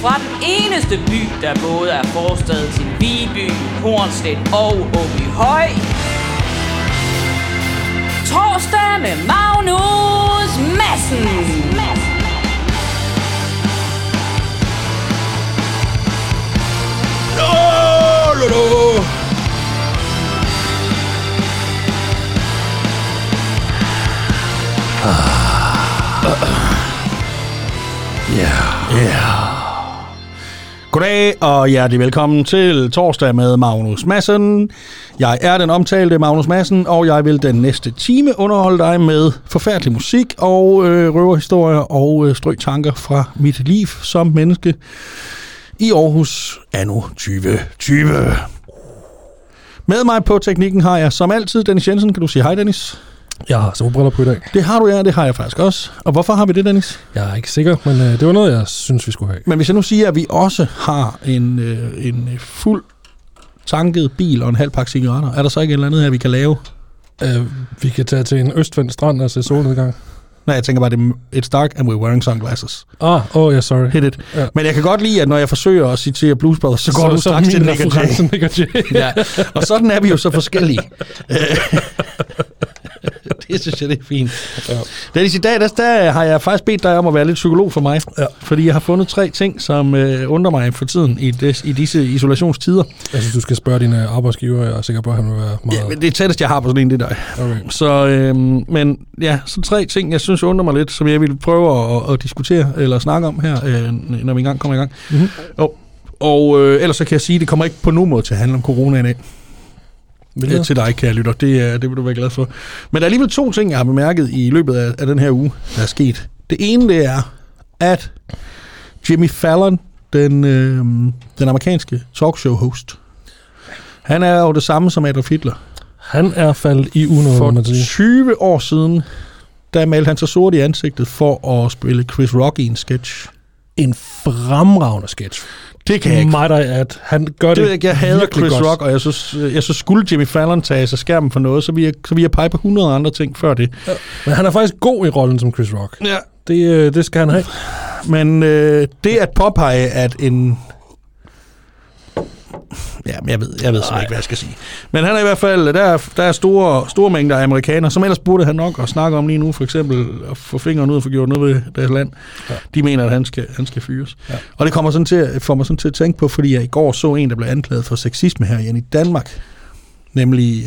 fra den eneste by, der både er forstad til Viby, Hornstedt og Åbyhøj. Torsdag med Magnus Madsen. Goddag og hjertelig velkommen til Torsdag med Magnus Madsen. Jeg er den omtalte Magnus Madsen, og jeg vil den næste time underholde dig med forfærdelig musik og røverhistorier og strøtanker fra mit liv som menneske i Aarhus anno 2020. Med mig på teknikken har jeg som altid Dennis Jensen. Kan du sige hej, Dennis? Jeg har solbriller på i dag. Det har du, ja. Det har jeg faktisk også. Og hvorfor har vi det, Dennis? Jeg er ikke sikker, men det var noget, jeg synes, vi skulle have. Men hvis jeg nu siger, at vi også har en fuld tanket bil og en halv pakke cigaretter, er der så ikke et eller andet her, vi kan lave? Vi kan tage til en østvendt strand og se solnedgang. Nej, jeg tænker bare, it's dark and we're wearing sunglasses. Sorry. Hit it. Ja. Men jeg kan godt lide, at når jeg forsøger at citere Blues Brothers, så går du straks til Nick og Jay. Ja. Og sådan er vi jo så forskellige. Det synes jeg, det er fint. Ja. Dennis, i dag der har jeg faktisk bedt dig om at være lidt psykolog for mig. Ja. Fordi jeg har fundet 3 ting, som undrer mig for tiden i disse isolationstider. Jeg synes, du skal spørge dine arbejdsgiver. Jeg er sikker på, at han vil være meget... Ja, men det tætteste, jeg har på sådan en, det er dig. Okay. Så, men ja, så 3 ting, jeg synes undrer mig lidt, som jeg vil prøve at diskutere eller snakke om her, når vi engang kommer i gang. Mm-hmm. Og ellers så kan jeg sige, at det kommer ikke på nogen måde til at handle om coronaen af. Til dig, kære lytter. Det vil du være glad for. Men der er alligevel 2 ting, jeg har bemærket i løbet af den her uge, der er sket. Det ene, det er, at Jimmy Fallon, den amerikanske talkshow-host, han er jo det samme som Adolf Hitler. Han er faldet i unåde, for 20 år siden, der malte han sig sort i ansigtet for at spille Chris Rock i en sketch. En fremragende sketch. Det kan jeg ikke. At han gør det jeg hader Chris godt. Rock, og jeg synes skulle Jimmy Fallon tage sig skærmen for noget, så vil jeg pege på 100 andre ting før det. Ja. Men han er faktisk god i rollen som Chris Rock. Ja. Det skal han have. Men det at påpege, at en... Ja, jeg ved simpelthen ikke, hvad jeg skal sige. Men han er i hvert fald, der er store mængder af amerikanere, som ellers burde han nok at snakke om lige nu, for eksempel at få fingeren ud og få gjort noget ved deres land. Ja. De mener, at han skal fyres. Ja. Og det får mig sådan til at tænke på, fordi jeg i går så en, der blev anklaget for sexisme her i Danmark. Nemlig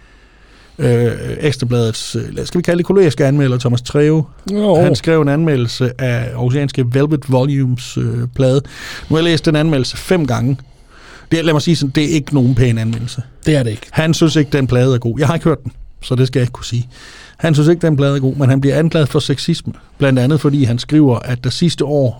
Ekstrabladets, skal vi kalde det kollegiske anmelder, Thomas Treve. Han skrev en anmeldelse af oceanske Velvet Volumes plade. Nu har jeg læst den anmeldelse 5 gange. Lad mig sige sådan, det er ikke nogen pæn anmeldelse. Det er det ikke. Han synes ikke, den plade er god. Jeg har ikke hørt den, så det skal jeg ikke kunne sige. Han synes ikke, den plade er god, men han bliver anklaget for sexisme. Blandt andet, fordi han skriver, at der sidste år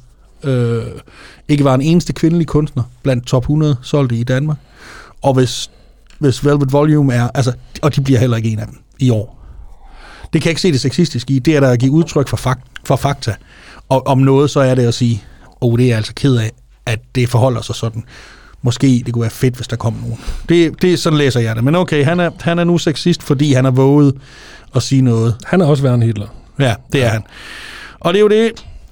ikke var en eneste kvindelig kunstner blandt top 100 solgte i Danmark. Og hvis Velvet Volume er... Altså, og de bliver heller ikke en af dem i år. Det kan jeg ikke se det sexistiske i. Det er der at give udtryk for fakta. Og om noget, så er det at sige, det er jeg altså ked af, at det forholder sig sådan. Måske det kunne være fedt, hvis der kom nogen. Det sådan læser jeg det. Men okay, han er nu sexist, fordi han har våget at sige noget. Han er også værre end Hitler. Ja, det er han. Og det er jo det...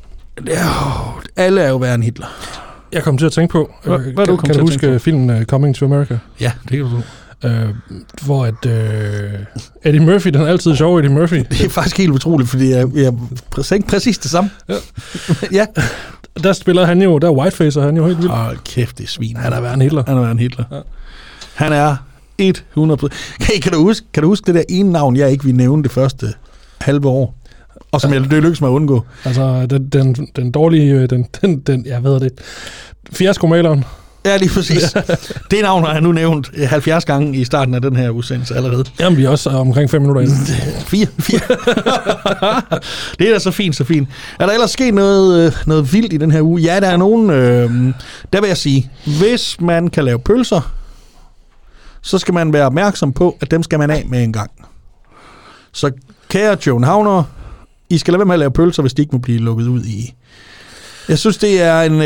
alle er jo værre end Hitler. Jeg kom til at tænke på... Kan du huske filmen Coming to America? Ja, det kan du. Hvor Eddie Murphy, den er altid sjov, Eddie Murphy. Det er faktisk helt utroligt, fordi jeg tænkte præcis det samme. Ja. Der spiller han jo, der er whiteface, og han er jo helt vildt. Kæft, det er svin. Han er værre end Hitler. Ja. Han er 100%. Kan du huske det der ene navn, jeg ikke ville nævne det første halve år? Og som det lykkedes mig at undgå. Altså, den dårlige, jeg ved det, fiaskomaleren. Ja, lige præcis. Det navn har jeg nu nævnt 70 gange i starten af den her udsendelse allerede. Jamen, vi er også omkring 5 minutter inden. 4. Det er da så fint. Er der ellers sket noget vildt i den her uge? Ja, der er nogen... der vil jeg sige, hvis man kan lave pølser, så skal man være opmærksom på, at dem skal man af med en gang. Så kære københavnere, I skal lade være med at lave pølser, hvis de ikke må blive lukket ud i... Jeg synes, det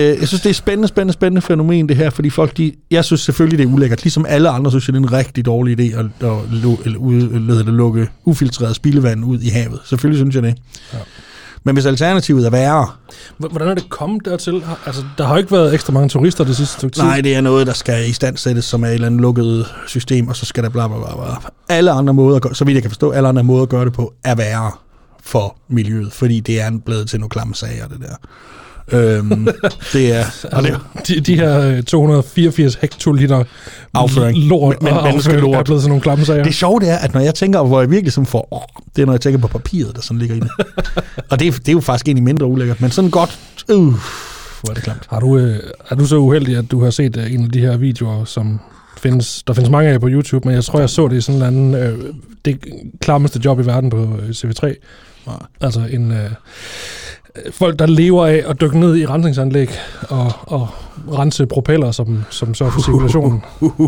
er spændende fænomen, det her, fordi folk, jeg synes selvfølgelig, det er ulækkert. Ligesom alle andre, synes jeg, det er en rigtig dårlig idé at lukke ufiltreret spildevand ud i havet. Selvfølgelig synes jeg det. Ja. Men hvis alternativet er værre... Hvordan er det kommet dertil? Altså, der har jo ikke været ekstra mange turister det sidste stykke tid. Nej, det er noget, der skal istandsættes, som er et eller andet lukket system, og så skal der bla bla bla. Alle andre måder, så vidt jeg kan forstå, alle andre måder at gøre det på, er værre for miljøet, fordi det er blevet til nogle klamme sager, det der. Det er... Altså, de her 284 hektoliter afføring. Lort men afføring er blevet sådan nogle klamme sager. Det sjove det er, at når jeg tænker, hvor jeg virkelig som får... det er, når jeg tænker på papiret, der sådan ligger i det. Og det er jo faktisk egentlig mindre ulækkert, men sådan godt... hvor er det klamt. Er du så uheldig, at du har set en af de her videoer, som der findes mange af på YouTube, men jeg tror, jeg så det i sådan en anden... det klammeste job i verden på CV3. Altså en... folk, der lever af at dykke ned i rensningsanlæg og rense propeller, som sørger for cirkulationen.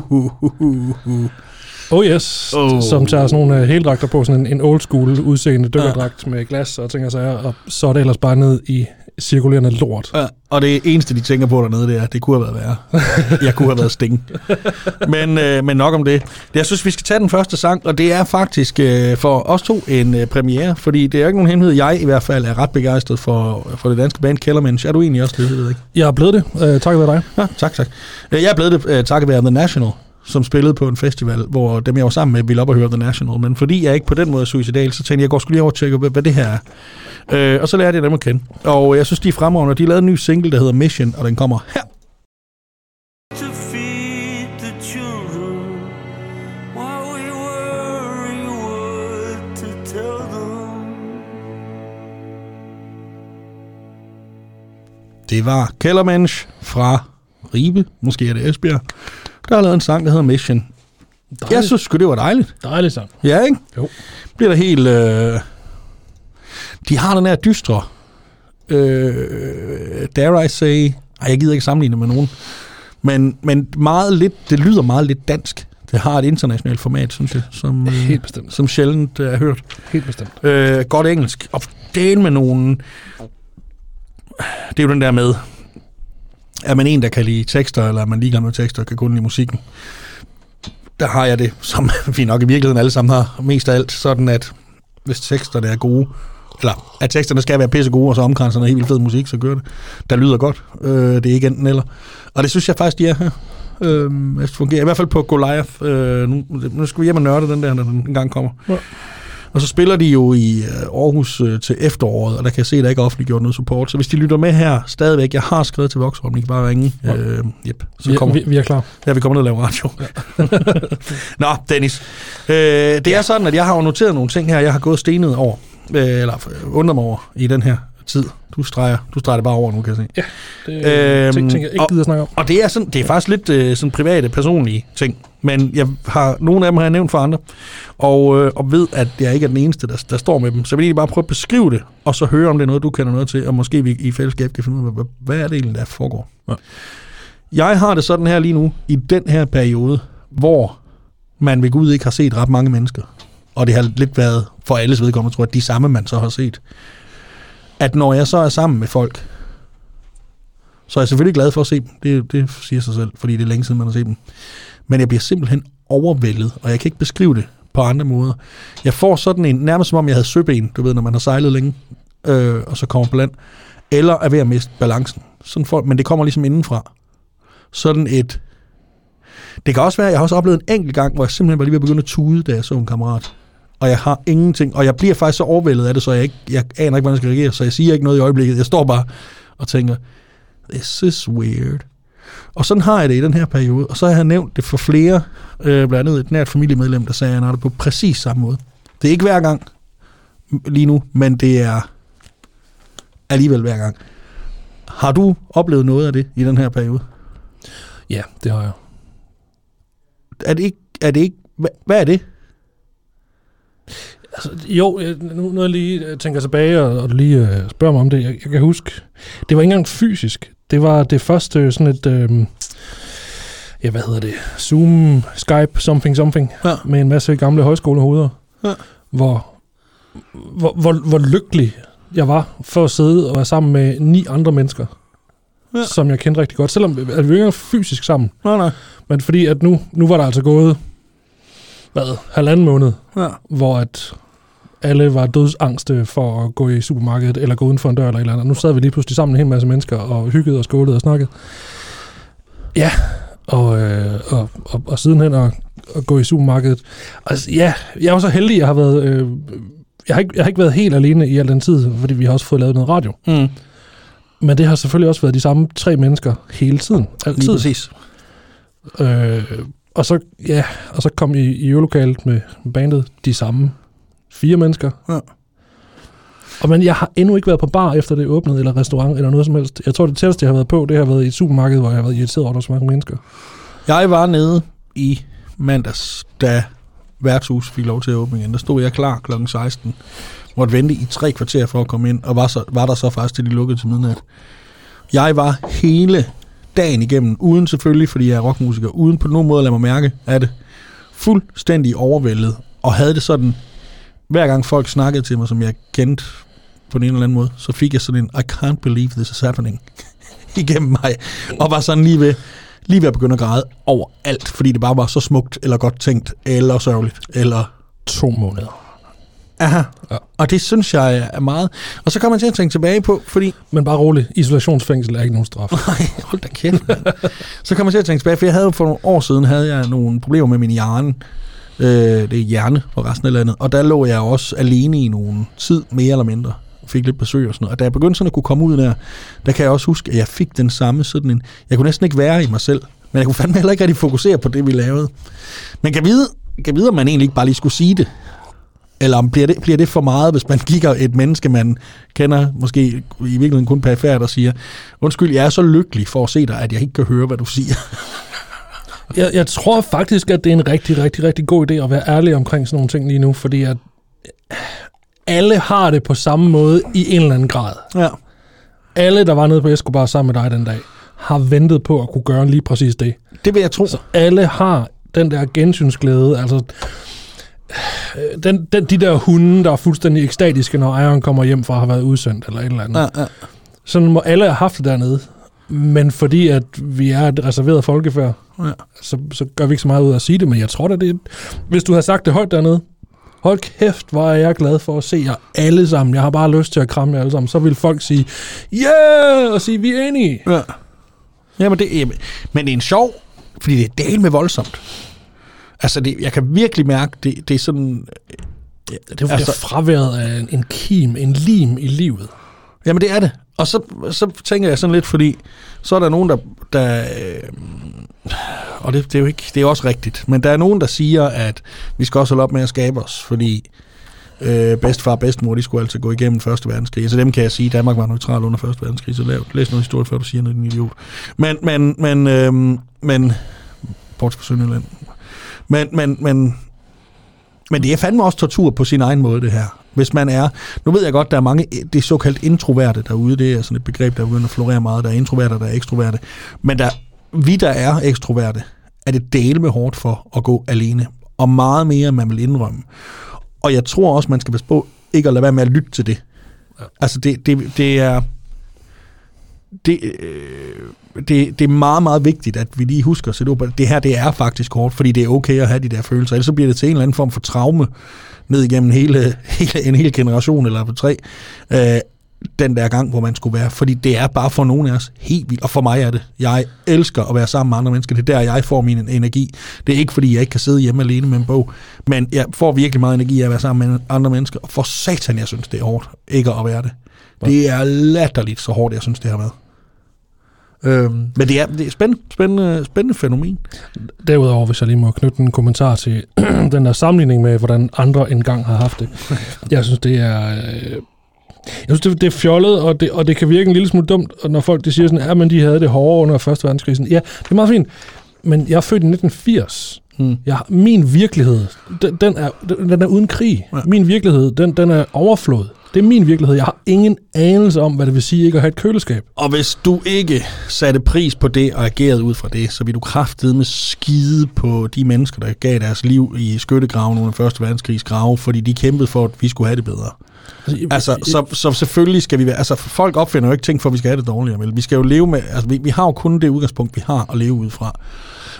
Oh yes, som tager sådan nogle heldragter på, sådan en old school udseende dykkerdragt med glas og ting og sager, og så er det ellers bare ned i cirkulerende lort. Ja, og det eneste, de tænker på dernede, det er, det kunne have været værre. Jeg kunne have været Sting. Men nok om det. Jeg synes, vi skal tage den første sang, og det er faktisk for os to en premiere, fordi det er ikke nogen hemmelighed. Jeg i hvert fald er ret begejstret for det danske band Kellermensch. Er du egentlig også det, ved jeg ikke? Jeg er blevet det. Takket være dig. Ja, tak. Jeg er blevet det takket være The National, som spillede på en festival, hvor dem jeg var sammen med ville op og høre The National, men fordi jeg ikke på den måde er suicidal, så tænkte jeg går skulle lige over og tjekke, hvad det her er. Og så lærte jeg dem at kende. Og jeg synes, de er fremragende. De lavede en ny single, der hedder Mission, og den kommer her. Det var Kellermensch fra Ribe, måske er det Esbjerg, der har lavet en sang, der hedder Mission. Dejligt. Jeg synes sgu, det var dejligt. Dejligt sang. Ja, ikke? Jo. Bliver der helt... de har den her dystre... dare I say... Ej, jeg gider ikke sammenligne med nogen. Men meget lidt... Det lyder meget lidt dansk. Det har et internationalt format, synes jeg. Som, helt bestemt. Som sjældent er hørt. Helt bestemt. Godt engelsk. Og det med nogen... Det er jo den der med... Er man en, der kan lide tekster, eller er man ligeglad med tekster og kan kun lide musikken? Der har jeg det, som vi nok i virkeligheden alle sammen har, mest af alt, sådan at hvis teksterne er gode, eller at teksterne skal være pisse gode, og så omkranser noget helt vildt fed musik, så gør det. Der lyder godt. Det er ikke enten eller. Og det synes jeg faktisk, de er her. Det fungerer i hvert fald på Goliath. Nu skal vi hjem og nørde den der, når den engang kommer. Ja. Og så spiller de jo i Aarhus til efteråret, og der kan jeg se, at der ikke er offentliggjort noget support. Så hvis de lytter med her stadigvæk, jeg har skrevet til Voxholm, I kan bare ringe. Ja. Vi er klar. Ja, vi kommer ned og laver radio. Ja. Nå, Dennis. Det er sådan, at jeg har noteret nogle ting her, jeg har gået stenet over, eller undret mig over i den her tid. Du streger det bare over nu, kan jeg se. Ja, det er ting, jeg ikke gider snakke om. Og det er faktisk lidt sådan private, personlige ting. Men nogle af dem har jeg nævnt for andre. Og ved, at jeg ikke er den eneste, der står med dem. Så jeg vil egentlig bare prøve at beskrive det, og så høre, om det er noget, du kender noget til, og måske vi i fællesskab kan finde ud af, hvad er det egentlig, der foregår. Ja. Jeg har det sådan her lige nu, i den her periode, hvor man ved Gud ikke har set ret mange mennesker. Og det har lidt været, for alles vedkommende, tror jeg, de samme, man så har set. At når jeg så er sammen med folk, så er jeg selvfølgelig glad for at se dem. Det siger sig selv, fordi det er længe siden, man har set dem. Men jeg bliver simpelthen overvældet, og jeg kan ikke beskrive det på andre måder. Jeg får sådan en, nærmest som om jeg havde søben, du ved, når man har sejlet længe, og så kommer på land, eller er ved at miste balancen. Sådan for, men det kommer ligesom indenfra. Sådan et... Det kan også være, jeg har også oplevet en enkelt gang, hvor jeg simpelthen var lige ved at begynde at tude, da jeg så en kammerat. Og jeg har ingenting, og jeg bliver faktisk så overvældet af det, så jeg aner ikke, hvordan jeg skal reagere, så jeg siger ikke noget i øjeblikket. Jeg står bare og tænker, this is weird. Og sådan har jeg det i den her periode, og så har jeg nævnt det for flere, blandt andet et nært familiemedlem, der sagde, at han har det på præcis samme måde. Det er ikke hver gang lige nu, men det er alligevel hver gang. Har du oplevet noget af det i den her periode? Ja, det har jeg. Er det ikke hvad er det? Altså, jo, nu når jeg lige tænker tilbage, og du lige spørger mig om det, jeg kan huske, det var ikke engang fysisk. Det var det første sådan et, Zoom, Skype, something, ja. Med en masse gamle højskolehoveder, ja. Hvor lykkelig jeg var for at sidde og være sammen med 9 andre mennesker, ja. Som jeg kendte rigtig godt, selvom at vi ikke engang fysisk sammen. Nej. Men fordi at nu var der altså gået, 1,5 måned, ja. Hvor alle var dødsangste for at gå i supermarkedet, eller gå uden for en dør, eller et eller andet. Nu sad vi lige pludselig sammen en hel masse mennesker, og hyggede og skålede og snakkede. Ja, og sidenhen at gå i supermarkedet. Altså, ja, jeg var så heldig, jeg har været... Jeg har ikke været helt alene i al den tid, fordi vi har også fået lavet noget radio. Mm. Men det har selvfølgelig også været de samme 3 mennesker hele tiden. Altid. Lige præcis. Og så kom i øvelokalet med bandet de samme 4 mennesker. Ja. Men jeg har endnu ikke været på bar, efter det åbnede, eller restaurant, eller noget som helst. Jeg tror, det tætteste, jeg har været på, det har været i et supermarked, hvor jeg har været irriteret over, så mange mennesker. Jeg var nede i mandags, da værtshus fik lov til at åbne igen. Der stod jeg klar kl. 16. Måtte vente i 3 kvarter for at komme ind, og var der så faktisk til de lukkede til midnat. Jeg var hele dagen igennem, uden selvfølgelig, fordi jeg er rockmusiker, uden på nogen måde at lade mig mærke af det, fuldstændig overvældet, og havde det sådan, hver gang folk snakkede til mig, som jeg kendte på en eller anden måde, så fik jeg sådan en, I can't believe this is happening, igennem mig, og var sådan lige ved at begynde at græde over alt, fordi det bare var så smukt, eller godt tænkt, eller sørgeligt, eller 2 måneder. Aha, ja. Og det synes jeg er meget. Og så kommer man til at tænke tilbage på, fordi... Men bare roligt, isolationsfængsel er ikke nogen straf. Nej, hold da kæft. Så kommer man til at tænke tilbage, for jeg havde for nogle år siden, nogle problemer med min hjerne. Det er hjerne for resten af landet. Og der lå jeg også alene i nogen tid, mere eller mindre. Fik lidt besøg og sådan noget. Og da jeg begyndte sådan at kunne komme ud der kan jeg også huske, at jeg fik den samme sådan en... Jeg kunne næsten ikke være i mig selv, men jeg kunne fandme heller ikke rigtig fokusere på det, vi lavede. Men kan vide, om man egentlig ikke bare lige skulle sige det. Eller bliver det for meget, hvis man kigger et menneske, man kender, måske i virkeligheden kun perifært, og siger, undskyld, jeg er så lykkelig for at se dig, at jeg ikke kan høre, hvad du siger. Jeg tror faktisk, at det er en rigtig, rigtig, rigtig god idé at være ærlig omkring sådan nogle ting lige nu, fordi at alle har det på samme måde i en eller anden grad. Ja. Alle, der var nede på Escobar sammen med dig den dag, har ventet på at kunne gøre lige præcis det. Det vil jeg tro. Så alle har den der gensynsglæde, altså... de der hunde, der er fuldstændig ekstatiske, når ejeren kommer hjem fra at have været udsendt, eller et eller andet. Ja. Sådan må alle have haft det dernede. Men fordi at vi er et reserveret folkefærd, så gør vi ikke så meget ud af at sige det, men jeg tror da, hvis du havde sagt det højt dernede, hold kæft, hvor er jeg glad for at se jer alle sammen. Jeg har bare lyst til at kramme jer alle sammen. Så vil folk sige, yeah, og sige, vi er enige. Ja, men det er en sjov, fordi det er del med voldsomt. Altså, jeg kan virkelig mærke, det er sådan... Det er altså, fraværet af en kim, en lim i livet. Jamen, det er det. Og så tænker jeg sådan lidt, fordi så er der nogen, der og det er jo ikke, det er også rigtigt, men der er nogen, der siger, at vi skal også holde op med at skabe os, fordi bedstefar og bedstemor, de skulle altid gå igennem 1. verdenskrig. Så dem kan jeg sige, at Danmark var neutral under 1. verdenskrig, så læs noget historie, før du siger noget, din idiot. Men bort på Sønderland. Men det er fandme også tortur på sin egen måde, det her. Hvis man er... Nu ved jeg godt, der er mange... Det er såkaldt introverte derude. Det er sådan et begreb, der begynder at florere meget. Der er introverte, der er ekstroverte. Men vi, der er ekstroverte, er det dele med hårdt for at gå alene. Og meget mere, end man vil indrømme. Og jeg tror også, man skal passe på ikke at lade være med at lytte til det. Ja. Altså, det er... Det er meget, meget vigtigt, at vi lige husker at sætte op, at det her, det er faktisk hårdt, fordi det er okay at have de der følelser. Ellers så bliver det til en eller anden form for traume ned igennem en hel generation eller på 3, den der gang, hvor man skulle være. Fordi det er bare for nogen af os helt vildt, og for mig er det. Jeg elsker at være sammen med andre mennesker. Det er der, jeg får min energi. Det er ikke, fordi jeg ikke kan sidde hjemme alene med en bog, men jeg får virkelig meget energi af at være sammen med andre mennesker. Og for satan, jeg synes, det er hårdt ikke at være det. Det er latterligt så hårdt, jeg synes, det har været. Men det er spændende fænomen. Derudover, hvis jeg lige må knytte en kommentar til den der sammenligning med, hvordan andre engang har haft det. Jeg synes, det er... det er fjollet, og det kan virke en lille smule dumt, når folk de siger sådan, ja, men de havde det hårdere under 1. verdenskrig. Ja, det er meget fint. Men jeg er født i 1980. Min virkelighed, den er uden krig. Ja. Min virkelighed, den er overflod. Det er min virkelighed. Jeg har ingen anelse om, hvad det vil sige ikke at have et køleskab. Og hvis du ikke satte pris på det og agerede ud fra det, så vil du kraftedeme skide på de mennesker, der gav deres liv i skyttegraven under 1. verdenskrigs grave, fordi de kæmpede for, at vi skulle have det bedre. Så selvfølgelig skal vi være... Altså, folk opfinder jo ikke ting for, at vi skal have det dårligere. Vel? Vi skal jo leve med... Altså, vi har jo kun det udgangspunkt, vi har at leve ud fra.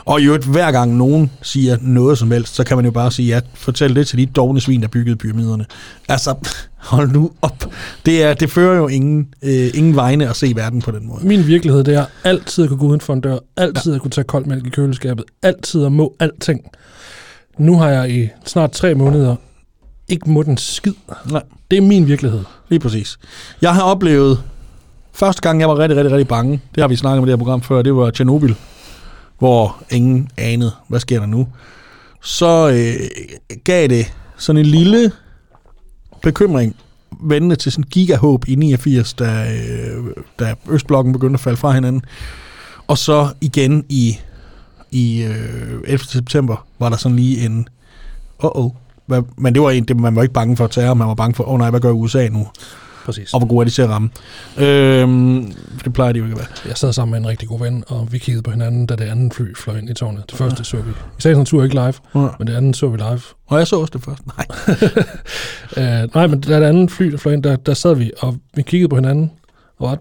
Og i øvrigt, hver gang nogen siger noget som helst, så kan man jo bare sige, at fortæl det til de dovne svin, der byggede pyramiderne. Altså, hold nu op. Det fører jo ingen vegne at se verden på den måde. Min virkelighed, det er altid at kunne gå uden for en dør, altid at kunne tage koldt mælk i køleskabet, altid at må alting. Nu har jeg i snart 3 måneder ikke måttet en skid. Nej. Det er min virkelighed. Lige præcis. Jeg har oplevet, første gang jeg var rigtig, rigtig, rigtig bange, det har vi snakket om i det her program før, det var Tjernobyl, hvor ingen anede, hvad sker der nu. Så gav det sådan en lille bekymring, vendende til sådan gigahåb i 89, da Østblokken begyndte at falde fra hinanden. Og så igen i 11. september var der sådan lige en men det var man var ikke bange for terror, man var bange for, nej, hvad gør USA nu? Præcis. Og hvor gode er de til at ramme. Det plejer de jo ikke at være. Jeg sad sammen med en rigtig god ven, og vi kiggede på hinanden, da det andet fly fløj ind i tårnet. Det første så vi. I sagens natur ikke live, men det andet så vi live. Og jeg så også det første. Nej. Nej, men da det andet fly, der fløj ind, der sad vi, og vi kiggede på hinanden, og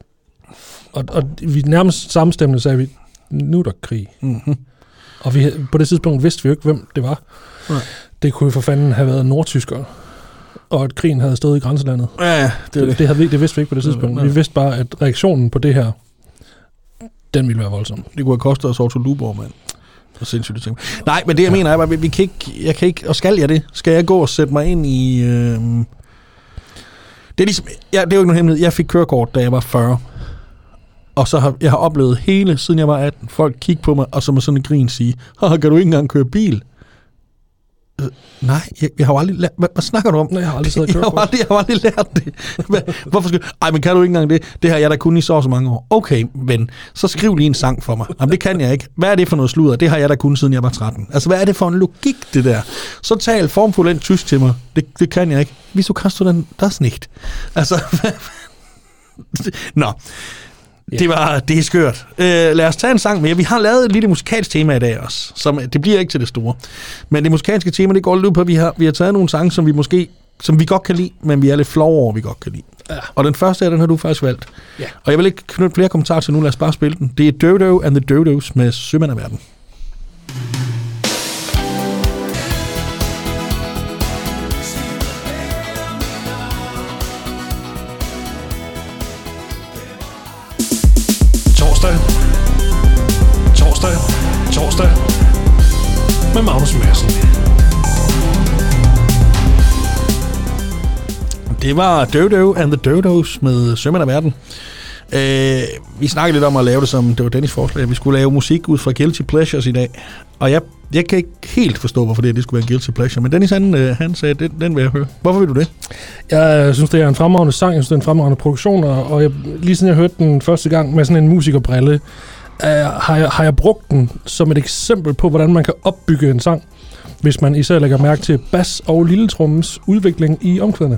vi nærmest samstemmende sagde vi, nu er der krig. Mm-hmm. Og på det tidspunkt vidste vi jo ikke, hvem det var. Nej. Det kunne jo for fanden have været nordtyskere, og at krigen havde stået i grænselandet. Ja, det vidste vi ikke på det tidspunkt. Vi vidste bare, at reaktionen på det her, den ville være voldsom. Det kunne have kostet os Otto Luborg, mand. Og sindssygt ting. Nej, men det jeg mener er bare, jeg kan ikke, og skal jeg det? Skal jeg gå og sætte mig ind i... Det er ligesom, det er jo ikke nogen hemmelighed. Jeg fik kørekort, da jeg var 40. Og så jeg har oplevet hele, siden jeg var 18, folk kigge på mig, og så med sådan en grin sige, kan du ikke engang køre bil? Nej, jeg har jo aldrig lært... Hvad snakker du om? Nej, jeg har aldrig siddet og kørt på. Jeg har aldrig lært det. Hvorfor skal... Ej, men kan du ikke engang det? Det har jeg da kun i så mange år. Okay, ven, så skriv lige en sang for mig. Jamen, det kan jeg ikke. Hvad er det for noget sludder? Det har jeg da kun siden jeg var 13. Altså, hvad er det for en logik, det der? Så tal formfuldt tysk til mig. Det kan jeg ikke. Wieso kannst du denn das nicht? Altså... Nå... Yeah. Det er skørt. Lad os tage en sang mere. Vi har lavet et lille musikalsk tema i dag også. Det bliver ikke til det store. Men det musikalske tema, det går lidt ud på, at vi har taget nogle sange, som vi godt kan lide, men vi er lidt flove over, vi godt kan lide. Ja. Og den første af den har du faktisk valgt. Ja. Og jeg vil ikke knytte flere kommentarer til nu. Lad os bare spille den. Det er Dodo and the Dodos med Sømand af verden. Torsdag med Magnus Madsen. Det var Dodo and the Dodos med Sømand af verden. Vi snakkede lidt om at lave det som, det var Dennis forslag, vi skulle lave musik ud fra Guilty Pleasures i dag. Og jeg kan ikke helt forstå, hvorfor det skulle være en Guilty Pleasure, men Dennis han sagde, den vil jeg høre. Hvorfor vil du det? Jeg synes, det er en fremragende sang, jeg synes, det er en fremragende produktion, og lige siden jeg hørte den første gang med sådan en musikerbrille, har jeg brugt den som et eksempel på, hvordan man kan opbygge en sang, hvis man især lægger mærke til bas- og lilletrummens udvikling i omkvædene.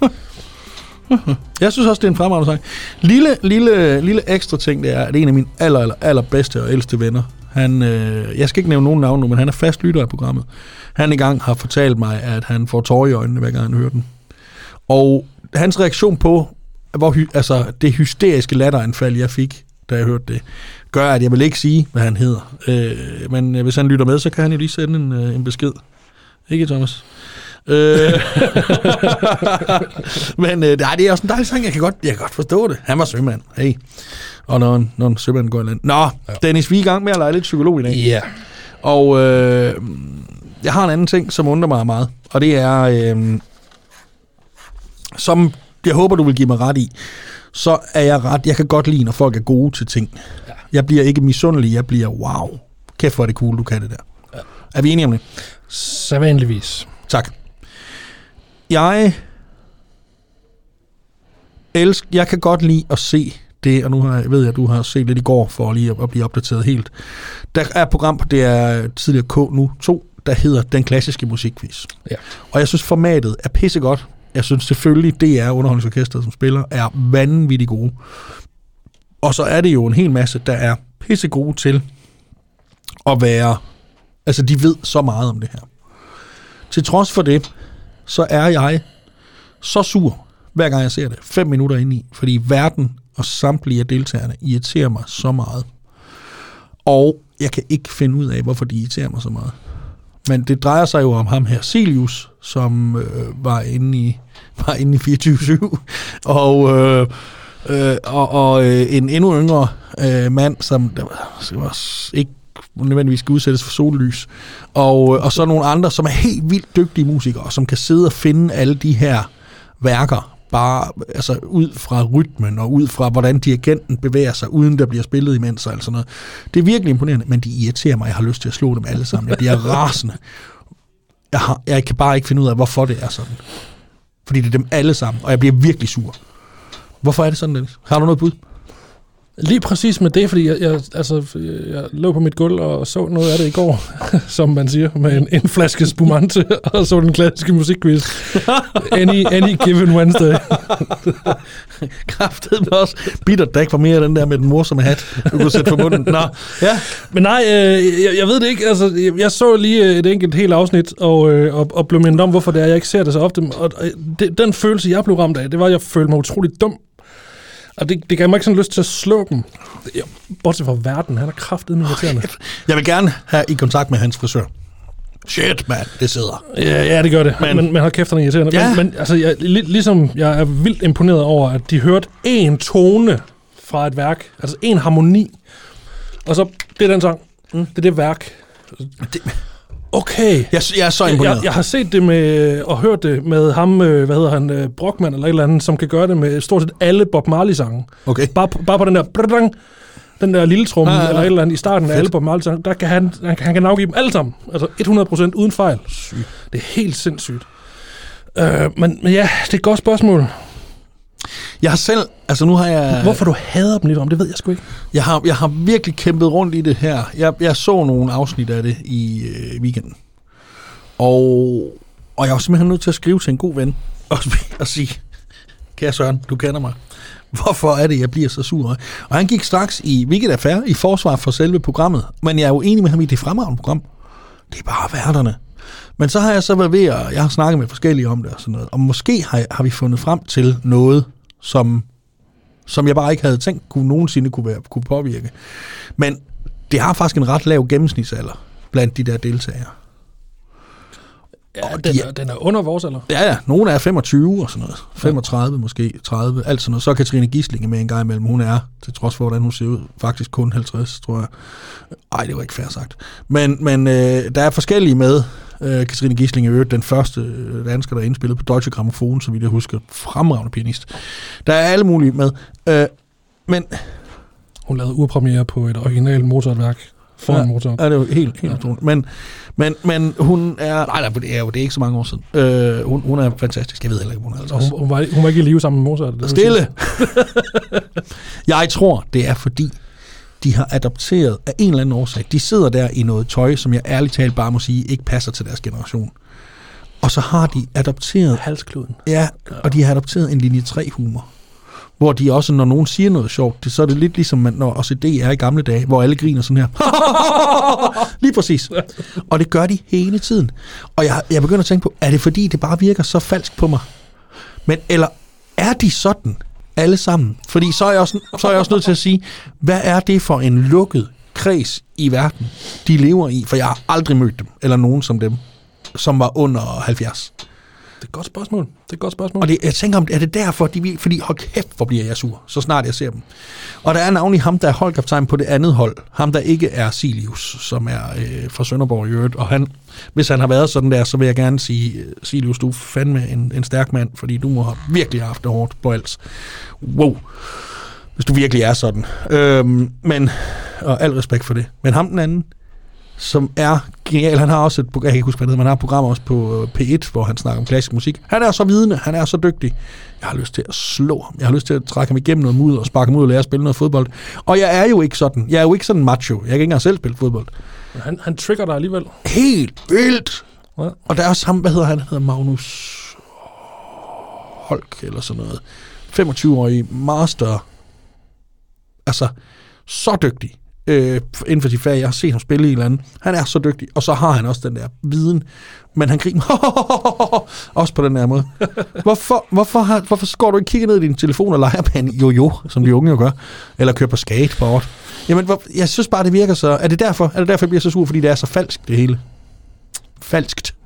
Jeg synes også, det er en fremragende sang. Lille ekstra ting, det er, at en af mine allerbedste og ældste venner, jeg skal ikke nævne nogen navn nu, men han er fast lytter af programmet. Han engang har fortalt mig, at han får tårer i øjnene, hver gang han hører den. Og hans reaktion på, det hysteriske latteranfald, jeg fik, da jeg hørte det, gør, at jeg vil ikke sige, hvad han hedder. Men hvis han lytter med, så kan han jo lige sende en besked. Ikke, Thomas? Men det er også en dejlig sang. Jeg kan godt forstå det. Han var sømand. Hey. Og når en sømand går i land. Nå, ja. Dennis, vi er i gang med at lege lidt psykolog i dag. Ja. Yeah. Og jeg har en anden ting, som undrer mig meget. Og det er, som jeg håber, du vil give mig ret i, så er jeg kan godt lide, når folk er gode til ting. Ja. Jeg bliver ikke misundelig, jeg bliver, wow, kæft hvor er det cool, du kan det der. Ja. Er vi enige om det? Sædvanligvis. Tak. Jeg kan godt lide at se det, og nu ved jeg, at du har set lidt i går, for lige at blive opdateret helt. Der er et program på DR tidligere K nu 2, der hedder Den Klassiske Musikquiz. Ja. Og jeg synes, formatet er pissegodt. Jeg synes selvfølgelig, DR Underholdningsorkestret, som spiller, er vanvittigt gode. Og så er det jo en hel masse, der er pissegode til at være... Altså, de ved så meget om det her. Til trods for det, så er jeg så sur, hver gang jeg ser det, 5 minutter ind i, fordi verden og samtlige af deltagerne irriterer mig så meget. Og jeg kan ikke finde ud af, hvorfor de irriterer mig så meget. Men det drejer sig jo om ham her, Silius, som var inde i 24/7, og en endnu yngre mand, som var ikke nødvendigvis skal udsættes for sollys, og så nogle andre, som er helt vildt dygtige musikere, som kan sidde og finde alle de her værker, bare altså ud fra rytmen og ud fra, hvordan dirigenten bevæger sig, uden der bliver spillet imens og alt sådan noget. Det er virkelig imponerende, men de irriterer mig. Jeg har lyst til at slå dem alle sammen. Jeg bliver rasende. Jeg kan bare ikke finde ud af, hvorfor det er sådan. Fordi det er dem alle sammen, og jeg bliver virkelig sur. Hvorfor er det sådan, Dennis? Har du noget bud? Lige præcis med det, fordi jeg lå på mit gulv og så noget af det i går, som man siger, med en flaske spumante, og så den klassiske musikquiz. Any given Wednesday. Kraftedeme også. Bitter, der ikke var mere den der med den morsomme hat, du kunne sætte for munden. Nå, ja. Men nej, jeg ved det ikke. Altså, jeg så lige et enkelt helt afsnit, og blev mindet om, hvorfor det er, jeg ikke ser det så ofte. Og den følelse, jeg blev ramt af, det var, at jeg følte mig utrolig dum. Og det gav mig ikke sådan lyst til at slå dem. Bortset fra verden, han er kraftedeme irriterende. Jeg vil gerne have i kontakt med hans frisør. Shit, mand, det sidder. Ja, det gør det. Men hold kæft, han er irriterende. Ja. Men altså, ligesom jeg er vildt imponeret over, at de hørte en tone fra et værk, altså en harmoni, og så, det er den sang. Det er det værk. Okay. Jeg er så imponeret. Jeg har set det med, og hørt det med ham, Brockmann eller et eller andet, som kan gøre det med stort set alle Bob Marley-sange. Okay. Bare på den der, den der lille tromme, eller et eller andet i starten af alle Bob Marley-sange, der kan han kan navgive dem alle sammen. Altså 100% uden fejl. Sygt. Det er helt sindssygt. Men ja, det er et godt spørgsmål. Jeg har selv, altså nu har jeg... Hvorfor du hader dem lidt om, det ved jeg sgu ikke. Jeg har virkelig kæmpet rundt i det her. Jeg så nogle afsnit af det i weekenden. Og jeg var simpelthen nødt til at skrive til en god ven og sige, kære Søren, du kender mig. Hvorfor er det, jeg bliver så sur? Og han gik straks i Weekend Affair i forsvar for selve programmet. Men jeg er jo enig med ham i det fremragende program. Det er bare værterne. Men så har jeg så været ved, og jeg har snakket med forskellige om det og sådan noget. Og måske har vi fundet frem til noget, som jeg bare ikke havde tænkt nogensinde kunne påvirke. Men det har faktisk en ret lav gennemsnitsalder blandt de der deltagere. Ja, den er under vores alder. Ja. Nogle er 25 og sådan noget. 35 måske, 30, alt sådan noget. Så er Katrine Gislinge med en gang imellem. Hun er, til trods for, hvordan hun ser ud, faktisk kun 50, tror jeg. Ej, det var ikke fair sagt. Men der er forskellige med. Katrine Gislinge er den første dansker, der er indspillet på Deutsche Grammophon, så vidt jeg husker. Fremragende pianist. Der er alle mulige med. Men hun lavede urpremiere på et originalt Mozart-værk. Foran Mozart. Ja, det er jo helt utroligt. Men hun er... Nej, det er ikke så mange år siden. Hun er fantastisk. Jeg ved heller ikke, hun er 50. Hun var ikke i live sammen med Mozart. Stille! Jeg tror, det er fordi, de har adopteret af en eller anden årsag. De sidder der i noget tøj, som jeg ærligt talt bare må sige, ikke passer til deres generation. Og så har de adopteret... Halskluden. Ja, og de har adopteret en linje 3-humor. Hvor de også, når nogen siger noget sjovt, så er det lidt ligesom, når også det er i gamle dage, hvor alle griner sådan her. Lige præcis. Og det gør de hele tiden. Og jeg begynder at tænke på, er det fordi, det bare virker så falsk på mig? Men, eller er de sådan, alle sammen? Fordi så er jeg også nødt til at sige, hvad er det for en lukket kreds i verden, de lever i? For jeg har aldrig mødt dem, eller nogen som dem, som var under 70. Det er et godt spørgsmål. Og jeg tænker, er det derfor, fordi hold kæft, hvor bliver jeg sur, så snart jeg ser dem. Og der er navnlig ham, der er holdkaptajn på det andet hold. Ham, der ikke er Silius, som er fra Sønderborg i øvrigt. Og hvis han har været sådan der, så vil jeg gerne sige, Silius, du er fandme en stærk mand, fordi du må have virkelig haft det hårdt på alt. Wow. Hvis du virkelig er sådan. Og al respekt for det. Men ham den anden, som er genial. Han har også jeg kan ikke huske, hvad det hedder, man har et program også på P1, hvor han snakker om klassisk musik. Han er så vidende, han er så dygtig. Jeg har lyst til at slå ham. Jeg har lyst til at trække ham igennem noget mudder og sparke ham ud og lære at spille noget fodbold. Og jeg er jo ikke sådan. Jeg er jo ikke sådan macho. Jeg kan ikke engang selv spille fodbold. Han trigger dig alligevel. Helt vildt. Ja. Og der er også ham, hvad hedder han? Han hedder Magnus Holk eller sådan noget. 25-årig master. Altså, så dygtig. Inden for sit fag. Jeg har set ham spille i et eller andet. Han er så dygtig, og så har han også den der viden, men han griner også på den der måde. Hvorfor går du ikke kigge ned i din telefon og leger på en jojo, som de unge jo gør, eller kører på skateboard? Jamen, jeg synes bare, det virker så... Er det derfor, jeg bliver så sur, fordi det er så falsk, det hele? Falskt.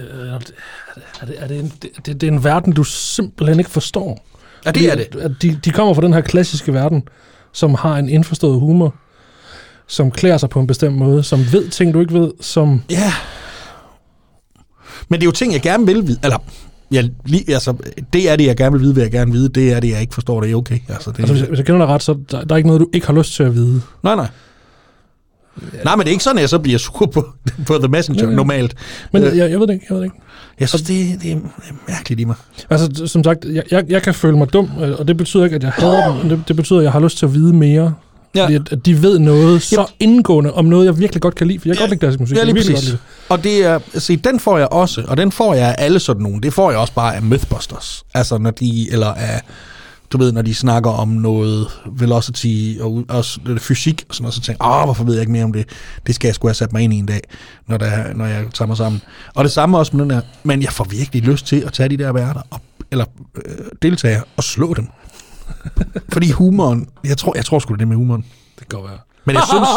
Det er en verden, du simpelthen ikke forstår. Ja, det er det. De kommer fra den her klassiske verden, som har en indforstået humor, som klæder sig på en bestemt måde, som ved ting, du ikke ved, som... Ja. Men det er jo ting, jeg gerne vil vide. Eller, det er det, jeg gerne vil gerne vide. Det er det, jeg ikke forstår, det er okay. Hvis jeg kender dig ret, så der er ikke noget, du ikke har lyst til at vide. Nej. Ja. Nej, men det er ikke sådan, at jeg så bliver sur på The Messenger normalt. Men jeg ved det ikke. Jeg synes, det er mærkeligt i mig. Altså, som sagt, jeg kan føle mig dum, og det betyder ikke, at jeg hader dem. Det betyder, at jeg har lyst til at vide mere. Ja. Fordi at de ved noget så indgående om noget, jeg virkelig godt kan lide. For jeg kan godt lide deres musik. Ja, lige præcis. Og det er, den får jeg også, og den får jeg af alle sådan nogen. Det får jeg også bare af Mythbusters. Altså, når de, eller af... Du ved, når de snakker om noget velocity og også fysik og sådan noget, så tænker jeg, hvorfor ved jeg ikke mere om det? Det skal jeg sgu have sat mig ind i en dag, når jeg tager mig sammen. Og det samme også med den der, men jeg får virkelig lyst til at tage de der værter, eller deltagere, og slå dem. Fordi humoren, jeg tror sgu det med humoren. Det kan godt være. Men jeg synes...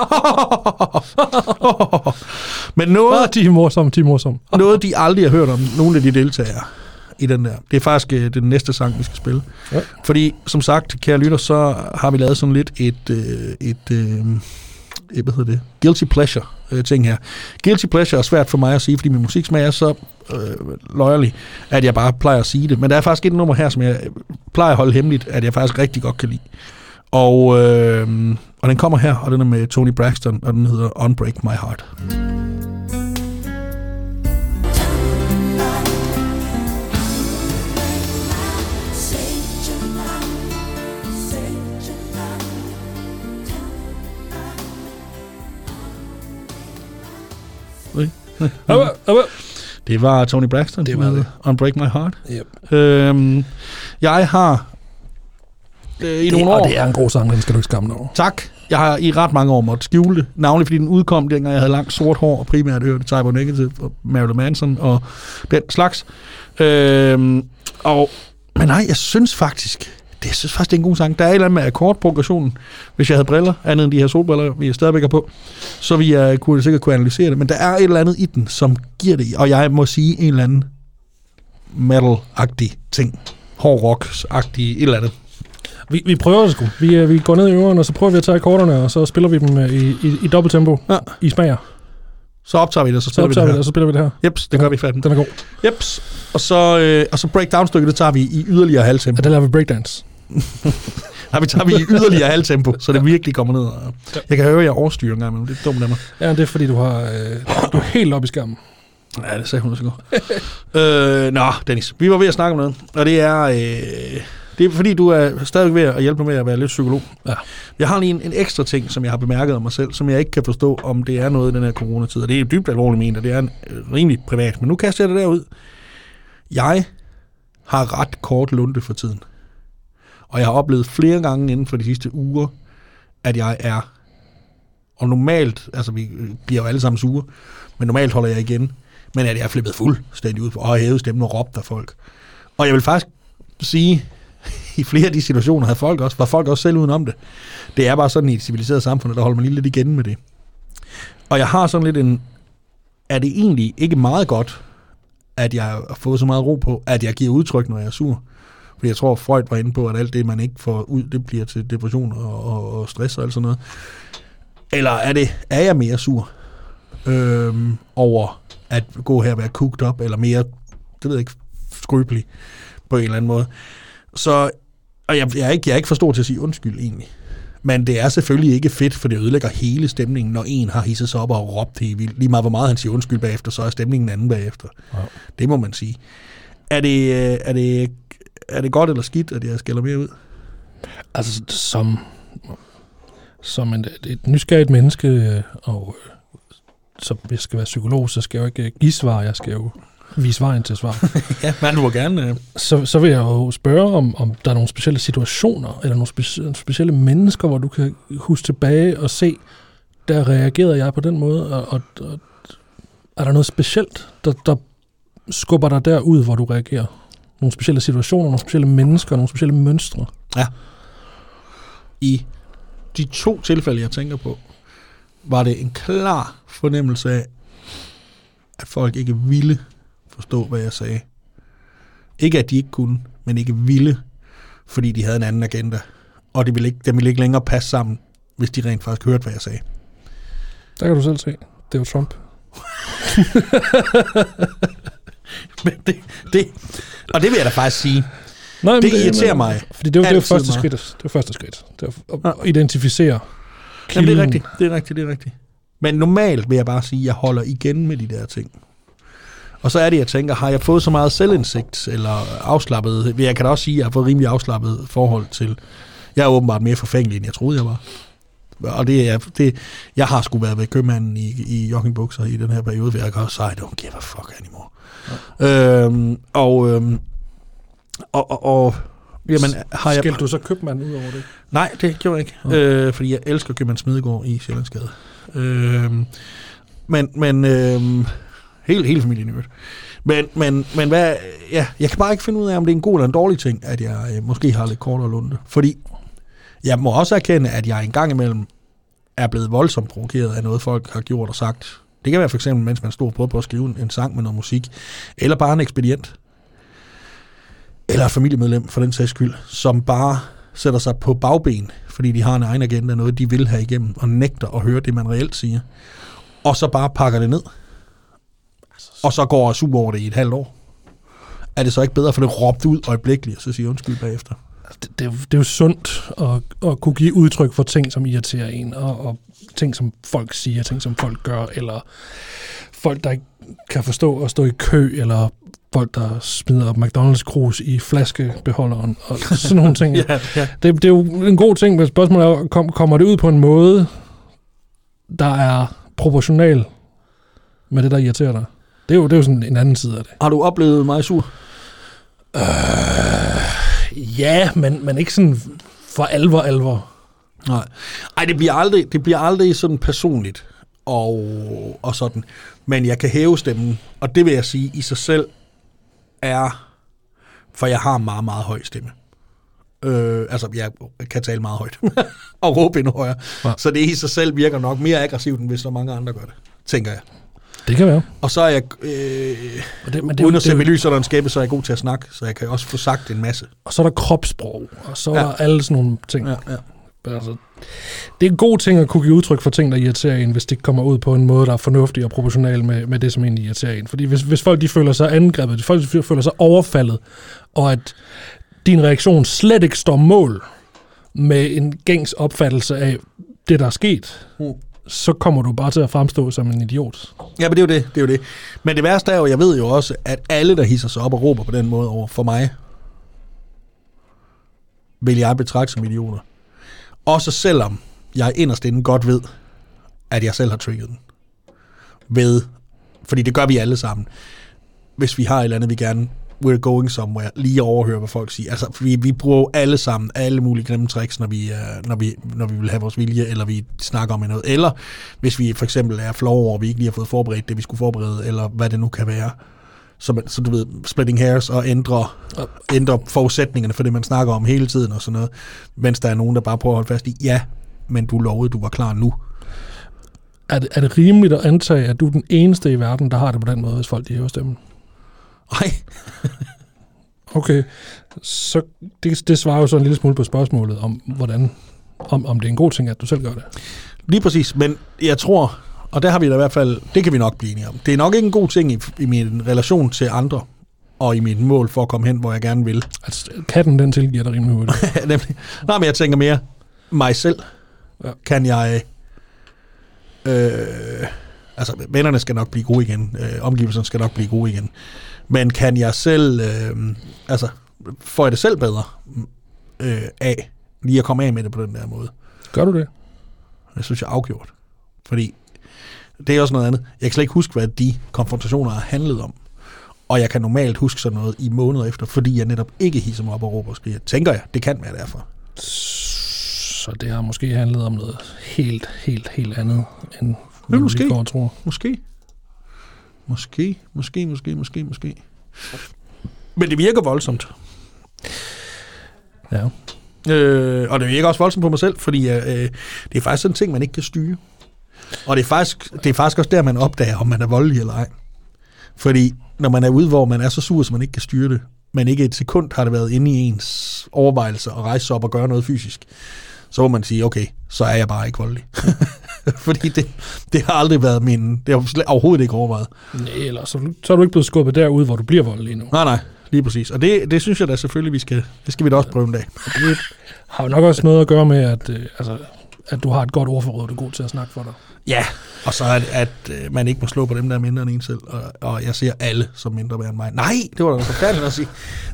men noget... De er morsomme. Noget, de aldrig har hørt om, nogle af de deltagere i den der. Det er faktisk den næste sang, vi skal spille. Ja. Fordi, som sagt, kære lytter, så har vi lavet sådan lidt hvad hedder det? Guilty pleasure ting her. Guilty pleasure er svært for mig at sige, fordi min musiksmag er så loyally, at jeg bare plejer at sige det. Men der er faktisk et nummer her, som jeg plejer at holde hemmeligt, at jeg faktisk rigtig godt kan lide. Og den kommer her, og den er med Toni Braxton, og den hedder Unbreak My Heart. Det var Toni Braxton. Det var det. Unbreak My Heart. Yep. Jeg har i nogle år... Og det er en god sang, den skal du ikke skamme over. Tak. Jeg har i ret mange år måttet skjule det. Navnlig fordi den udkom, dengang jeg havde langt sort hår, og primært hørte Type of Negative og Marilyn Manson og den slags. Men nej, jeg synes faktisk, det er en god sang. Der er et eller andet med akkordprogressionen. Hvis jeg havde briller, andet end de her solbriller, vi er stadigvæk har på, så ville jeg sikkert kunne analysere det. Men der er et eller andet i den, som giver det. Og jeg må sige en eller anden metal-agtig ting. Hård rock-agtig et eller andet. Vi prøver det sgu. Vi går ned i øveren, og så prøver vi at tage akkorderne, og så spiller vi dem i dobbelttempo i smager. Så optager vi det, og så spiller vi det her. Jeps, det gør vi fanden. Den er god. Jeps. Og så breakdown-stykket, det tager vi i yderligere halvtempo. Ja, der laver vi breakdance. Nej, vi tager i yderligere halvtempo, så det virkelig kommer ned. Jeg kan høre, at jeg overstyrer en gang, men det er dumt af mig. Ja, det er fordi, du er helt oppe i skærmen. Ja, det sagde hun så godt. Nå, Dennis, vi var ved at snakke om noget, og det er... Det er fordi, du er stadig ved at hjælpe mig med at være lidt psykolog. Ja. Jeg har lige en ekstra ting, som jeg har bemærket om mig selv, som jeg ikke kan forstå, om det er noget i den her coronatid. Og det er dybt alvorligt ment, og det er rimelig privat. Men nu kaster jeg det derud. Jeg har ret kort lunte for tiden. Og jeg har oplevet flere gange inden for de sidste uger, at jeg er... Og normalt, altså vi bliver jo alle sammen sure, men normalt holder jeg igen. Men at jeg er flippet fuldstændig ud og har hævet stemmen og råbt af folk. Og jeg vil faktisk sige... I flere af de situationer var folk også selv udenom det. Det er bare sådan i et civiliseret samfund, der holder man lige lidt igen med det. Og jeg har sådan lidt er det egentlig ikke meget godt, at jeg har fået så meget ro på, at jeg giver udtryk, når jeg er sur? Fordi jeg tror, Freud var inde på, at alt det, man ikke får ud, det bliver til depression og stress og alt sådan noget. Eller er jeg mere sur over at gå her og være cooked up, eller mere, det ved jeg ikke, skrøbelig på en eller anden måde. Så, og jeg er ikke for stor til at sige undskyld egentlig. Men det er selvfølgelig ikke fedt, for det ødelægger hele stemningen, når en har hisset sig op og råbt helt vildt. Lige meget hvor meget han siger undskyld bagefter, så er stemningen anden bagefter. Ja. Det må man sige. Er det godt eller skidt, at jeg skælder mere ud? Altså, som et nysgerrigt menneske, og så jeg skal være psykolog, så skal jeg jo ikke give svar, jeg skal jo vise vejen til svar. Ja, men du må gerne. Så vil jeg jo spørge, om der er nogle specielle situationer, eller nogle specielle mennesker, hvor du kan huske tilbage og se, der reagerede jeg på den måde, og er der noget specielt, der skubber dig derud, hvor du reagerer? Nogle specielle situationer, nogle specielle mennesker, nogle specielle mønstre? Ja. I de 2 tilfælde, jeg tænker på, var det en klar fornemmelse af, at folk ikke ville forstå, hvad jeg sagde. Ikke at de ikke kunne, men ikke ville, fordi de havde en anden agenda. Og dem ville ikke længere passe sammen, hvis de rent faktisk hørte, hvad jeg sagde. Der kan du selv se. Det er jo Trump. Men og det vil jeg da faktisk sige. Nej, det irriterer mig. Fordi det var første skridt. Det var første skridt. Det var at identificere kilden. Jamen, det er rigtigt. Men normalt vil jeg bare sige, at jeg holder igen med de der ting. Og så er det, jeg tænker, har jeg fået så meget selvindsigt, eller afslappet? Jeg kan da også sige, at jeg har fået rimelig afslappet forhold til. Jeg er åbenbart mere forfængelig, end jeg troede, jeg var. Og jeg har sgu været ved købmanden i joggingbukser i den her periode, hvor jeg kan også sige, don't give a fuck anymore. Jamen, har jeg... Skældte du så købmanden ud over det? Nej, det gjorde jeg ikke. Fordi jeg elsker købmand Smedegaard i Sjællandsgade. Hele familien i øvrigt. Men hvad... Ja, jeg kan bare ikke finde ud af, om det er en god eller en dårlig ting, at jeg måske har lidt kortere lunde. Fordi jeg må også erkende, at jeg engang imellem er blevet voldsomt provokeret af noget, folk har gjort og sagt. Det kan være for eksempel, mens man stod på at skrive en sang med noget musik, eller bare en ekspedient, eller et familiemedlem for den sags skyld, som bare sætter sig på bagben, fordi de har en egen agenda, noget de vil have igennem, og nægter at høre det, man reelt siger, og så bare pakker det ned, og så går og super over det i et halvt år. Er det så ikke bedre for det råbt ud øjeblikkeligt, og så siger undskyld bagefter? Det er jo sundt at kunne give udtryk for ting, som irriterer en, og ting, som folk siger, ting, som folk gør, eller folk, der ikke kan forstå at stå i kø, eller folk, der smider McDonald's-krus i flaskebeholderen, og sådan nogle ting. Ja. Det er jo en god ting, men spørgsmålet er, kommer det ud på en måde, der er proportional med det, der irriterer dig? Det er jo sådan en anden side af det. Har du oplevet mig sur? Ja, men ikke sådan for alvor. Nej. Ej, det bliver aldrig sådan personligt og sådan. Men jeg kan hæve stemmen, og det vil jeg sige i sig selv er, for jeg har meget, meget høj stemme. Altså, jeg kan tale meget højt og råbe endnu højere. Ja. Så det i sig selv virker nok mere aggressivt, end hvis så mange andre gør det, tænker jeg. Det kan være. Og så er jeg, uden at sætte med lys og der en skæbe, så er jeg god til at snakke, så jeg kan også få sagt en masse. Og så er der kropssprog, og så er der alle sådan nogle ting. Ja. Altså, det er en god ting at kunne give udtryk for ting, der irriterer en, hvis det kommer ud på en måde, der er fornuftig og proportional med det, som egentlig irriterer en. Fordi hvis folk de føler sig angrebet, folk de føler sig overfaldet, og at din reaktion slet ikke står mål med en gængs opfattelse af det, der er sket, så kommer du bare til at fremstå som en idiot. Ja, men det er jo det. Men det værste er jo, jeg ved jo også, at alle, der hisser sig op og råber på den måde over for mig, vil jeg betragte som idioter. Også selvom jeg inderst inden godt ved, at jeg selv har trigget den. Fordi det gør vi alle sammen. Hvis vi har et eller andet, vi gerne we're going somewhere, lige overhøre, hvad folk siger. Altså, vi bruger alle sammen alle mulige grimme tricks, når vi vil have vores vilje, eller vi snakker om noget. Eller hvis vi for eksempel er flove over, vi ikke lige har fået forberedt det, vi skulle forberede, eller hvad det nu kan være. Så du ved, splitting hairs og ændre forudsætningerne for det, man snakker om hele tiden og sådan noget. Mens der er nogen, der bare prøver at holde fast i, ja, men du lovede, du var klar nu. Er det rimeligt at antage, at du er den eneste i verden, der har det på den måde, hvis folk de hæver stemmen? Nej. Okay, så det svarer jo så en lille smule på spørgsmålet om, om det er en god ting, at du selv gør det. Lige præcis, men jeg tror, og der har vi da i hvert fald, det kan vi nok blive enige om. Det er nok ikke en god ting i min relation til andre, og i mit mål for at komme hen, hvor jeg gerne vil. Altså, katten den tilgiver dig rimelig hurtigt. Nej, men jeg tænker mere, mig selv, kan jeg... altså, vennerne skal nok blive gode igen, omgivelserne skal nok blive gode igen, men kan jeg selv, får jeg det selv bedre af, lige at komme af med det på den der måde? Gør du det? Det synes jeg er afgjort, fordi det er også noget andet. Jeg kan slet ikke huske, hvad de konfrontationer har handlet om, og jeg kan normalt huske sådan noget i måneder efter, fordi jeg netop ikke hisser mig op og råber og skriger. Tænker jeg, det kan være derfor. Så det har måske handlet om noget helt andet, end hvad måske. Vi går og tror. Måske. Men det virker voldsomt. Ja. Og det virker også voldsomt på mig selv, fordi det er faktisk sådan en ting, man ikke kan styre. Og det er faktisk også der, man opdager, om man er voldelig eller ej. Fordi når man er ude, hvor man er så sur, så man ikke kan styre det, men ikke et sekund har det været inde i ens overvejelser og rejse sig op og gøre noget fysisk, så må man sige, okay, så er jeg bare ikke voldelig. Fordi det har aldrig været det har overhovedet ikke overvejet. Nej, eller så er du ikke blevet skubbet derude, hvor du bliver voldelig nu. Nej, lige præcis. Og det synes jeg da selvfølgelig, det skal vi da også prøve en dag. Det har jo nok også noget at gøre med, at du har et godt ordforråd, du er god til at snakke for dig. Ja, og så at man ikke må slå på dem, der er mindre end en selv. Og jeg ser alle som mindre værd end mig. Nej, det var da forfærdeligt at sige.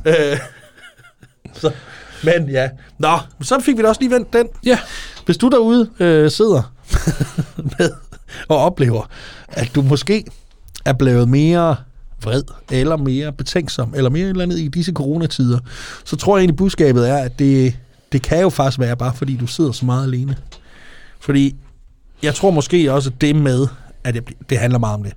Men ja. Nå, så fik vi da også lige vendt den. Ja. Hvis du derude sidder med og oplever, at du måske er blevet mere vred, eller mere betænksom, eller mere et eller andet i disse coronatider, så tror jeg egentlig, budskabet er, at det kan jo faktisk være bare, fordi du sidder så meget alene. Fordi jeg tror måske også, at det med, at det handler meget om det,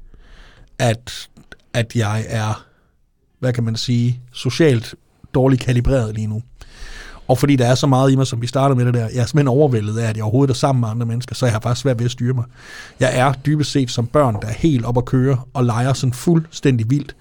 at jeg er, hvad kan man sige, socialt dårligt kalibreret lige nu. Og fordi der er så meget i mig, som vi startede med det der, jeg er simpelthen overvældet af, at jeg overhovedet er sammen med andre mennesker, så jeg har faktisk svært ved at styre mig. Jeg er dybest set som børn, der er helt op at køre og leger sådan fuldstændig vildt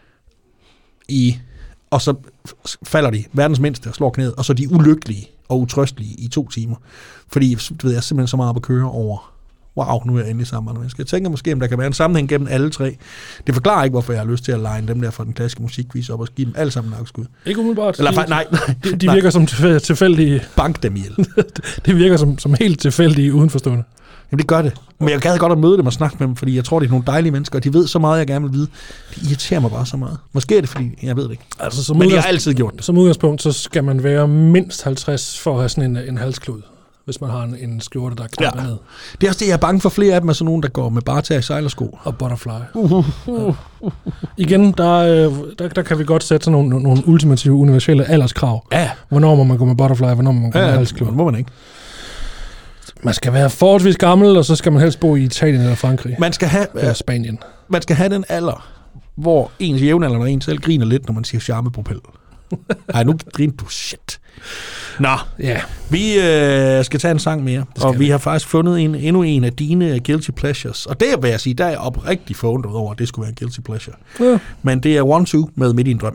og så falder de verdens mindste og slår knæet, og så er de ulykkelige og utrøstelige i 2 timer. Fordi jeg er simpelthen så meget op at køre over, wow, nu er jeg endelig sammen med andre mennesker. Jeg tænker måske, om der kan være en sammenhæng gennem alle 3. Det forklarer ikke, hvorfor jeg har lyst til at line dem der fra den klassiske musikquiz op og give dem alle sammen nakkeskud. Ikke umiddelbart. Eller nej. De virker som tilfældige. Bank dem ihjel. Det virker som helt tilfældige udenforstående. Jamen det gør det. Men jeg gad godt at møde dem og snakke med dem, fordi jeg tror, det er nogle dejlige mennesker, og de ved så meget, jeg gerne vil vide. De irriterer mig bare så meget. Måske er det, fordi jeg ved det ikke. Altså, men de har altid gjort det. Som udgangspunkt, så skal man være mindst 50 for at have sådan en halsklud, hvis man har en skjorte, der er knappet ned. Det er også det, jeg er bange for. Flere af dem er sådan nogen, der går med bare i sejlersko. Og butterfly. Igen, der kan vi godt sætte sådan nogle ultimative, universelle alderskrav. Ja. Hvornår må man gå med butterfly, hvornår må man gå med halsklud. Det må man ikke. Man skal være forholdsvis gammel, og så skal man helst bo i Italien eller Frankrig. Man skal have eller Spanien. Man skal have den alder, hvor ens jævnaldrende og en selv griner lidt, når man siger charmepropel. Ej, nu griner du shit. Nå, ja. Vi skal tage en sang mere, og vi har faktisk fundet endnu en af dine guilty pleasures. Og det vil jeg sige, der er jeg oprigtigt forundret over, at det skulle være en guilty pleasure. Ja. Men det er 1-2 med Midt i en drøm.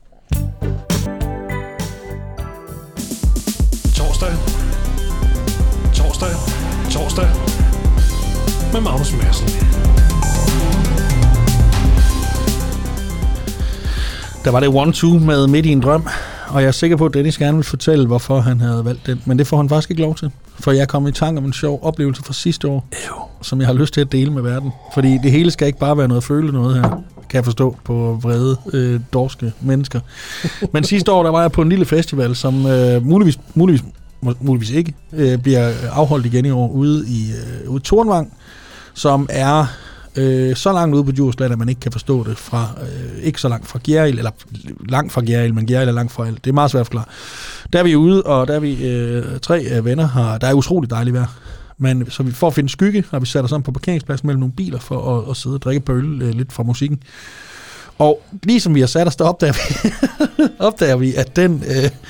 Torsdag med Magnus Madsen. Der var det 1-2 med Midt i en drøm, og jeg er sikker på, at Dennis gerne vil fortælle, hvorfor han havde valgt den. Men det får han faktisk ikke lov til, for jeg kom i tanke om en sjov oplevelse fra sidste år, som jeg har lyst til at dele med verden. Fordi det hele skal ikke bare være noget føle noget her, kan jeg forstå på vrede, dorske mennesker. Men sidste år, der var jeg på en lille festival, som muligvis ikke, bliver afholdt igen i år ude i Tornvang, som er så langt ude på Djursland, at man ikke kan forstå det fra, ikke så langt fra Gjerrild, eller langt fra Gjerrild, men Gjerrild er langt fra alt. Det er meget svært at forklare. Der er vi ude, og der er vi 3 venner, der er utroligt dejligt vejr. Men så vi for at finde skygge, har vi sat os sammen på parkeringspladsen mellem nogle biler for at sidde og drikke bølle lidt fra musikken. Og ligesom vi har sat os, der opdager vi, at den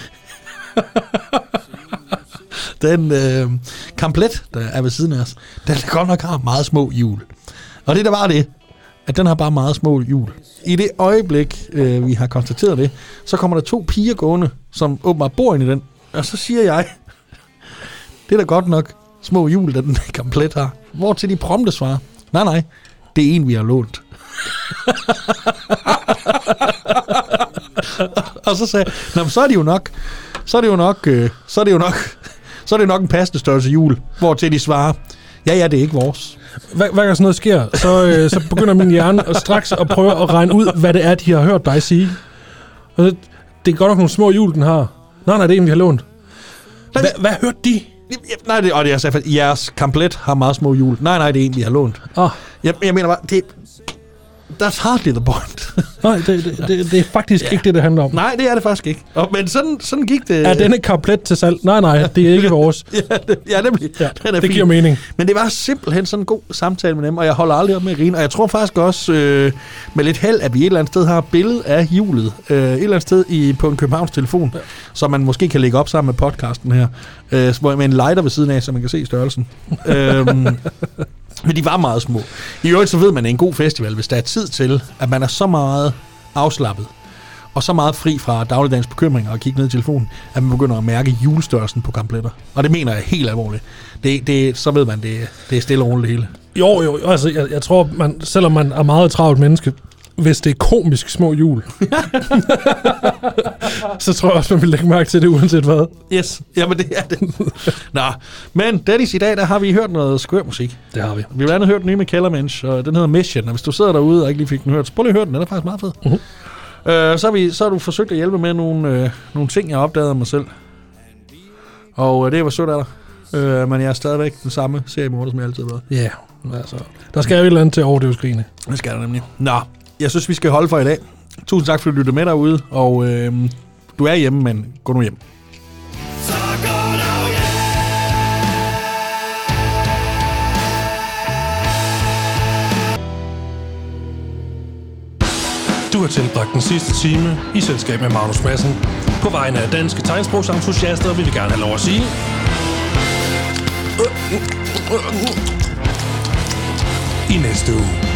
kamplet, der er ved siden af os, den godt nok har meget små hjul. Og det er da bare det, at den har bare meget små hjul. I det øjeblik, vi har konstateret det, så kommer der 2 piger gående, som åbenbart bor inde i den. Og så siger jeg, det er da godt nok små hjul, der den kamplet har. Hvor til de prompte svarer, nej, det er en, vi har lånt. Og så sagde jeg, så er det jo nok en passende størrelse hjul, hvor til de svarer, ja, det er ikke vores. Hver gang sådan noget sker, så begynder min hjerne straks at prøve at regne ud, hvad det er, de har hørt dig sige. Og det er godt nok nogle små hjul, den har. Nej, det er en, vi har lånt. Hvad hørte de? Nej, det er altså, jeres kamplet har meget små hjul. Nej, det er en, vi har lånt. Jeg mener bare, that's hardly the point. Nej, det er faktisk ikke det handler om. Nej, det er det faktisk ikke. Men sådan gik det. Er denne komplet til salg? Nej, det er ikke vores. ja, nemlig. Ja, det giver mening. Men det var simpelthen sådan en god samtale med dem, og jeg holder aldrig op med at grine. Og jeg tror faktisk også, med lidt held, at vi et eller andet sted har et billede af hjulet. Et eller andet sted på en Københavns telefon, som man måske kan lægge op sammen med podcasten her. Med en lighter ved siden af, så man kan se størrelsen. Men de var meget små. I øvrigt så ved man, at en god festival, hvis der er tid til, at man er så meget afslappet, og så meget fri fra dagligdagens bekymringer og kigge ned i telefonen, at man begynder at mærke julestørrelsen på kampletter. Og det mener jeg helt alvorligt. Så ved man, det er stille og roligt det hele. Jo, altså jeg tror, selvom man er meget travlt menneske, hvis det er komisk små jul, så tror jeg også, man vil lægge mærke til det, uanset hvad. Yes, jamen det er det. Nå, men Dennis, i dag, der har vi hørt noget skør musik. Det har vi. Vi har blandt andet hørt den nye med Kellermensch, og den hedder Mission, og hvis du sidder derude og ikke lige fik den hørt, så prøv lige at høre den er faktisk meget fed. Så har du forsøgt at hjælpe med nogle ting, jeg har opdaget af mig selv. Og det var sødt af dig. Men jeg er stadigvæk den samme seriemorder, som jeg altid har været. Ja, altså, der skal jo et eller andet til at overdøve skrigene. Det skal der nemlig. Nå, jeg synes, vi skal holde for i dag. Tusind tak, fordi du lyttede med derude, og du er hjemme, men gå nu hjem. Du har tilbragt den sidste time i selskab med Magnus Madsen. På vegne af danske tegnsprogsentusiaster vil vi gerne have lov at sige... I næste uge.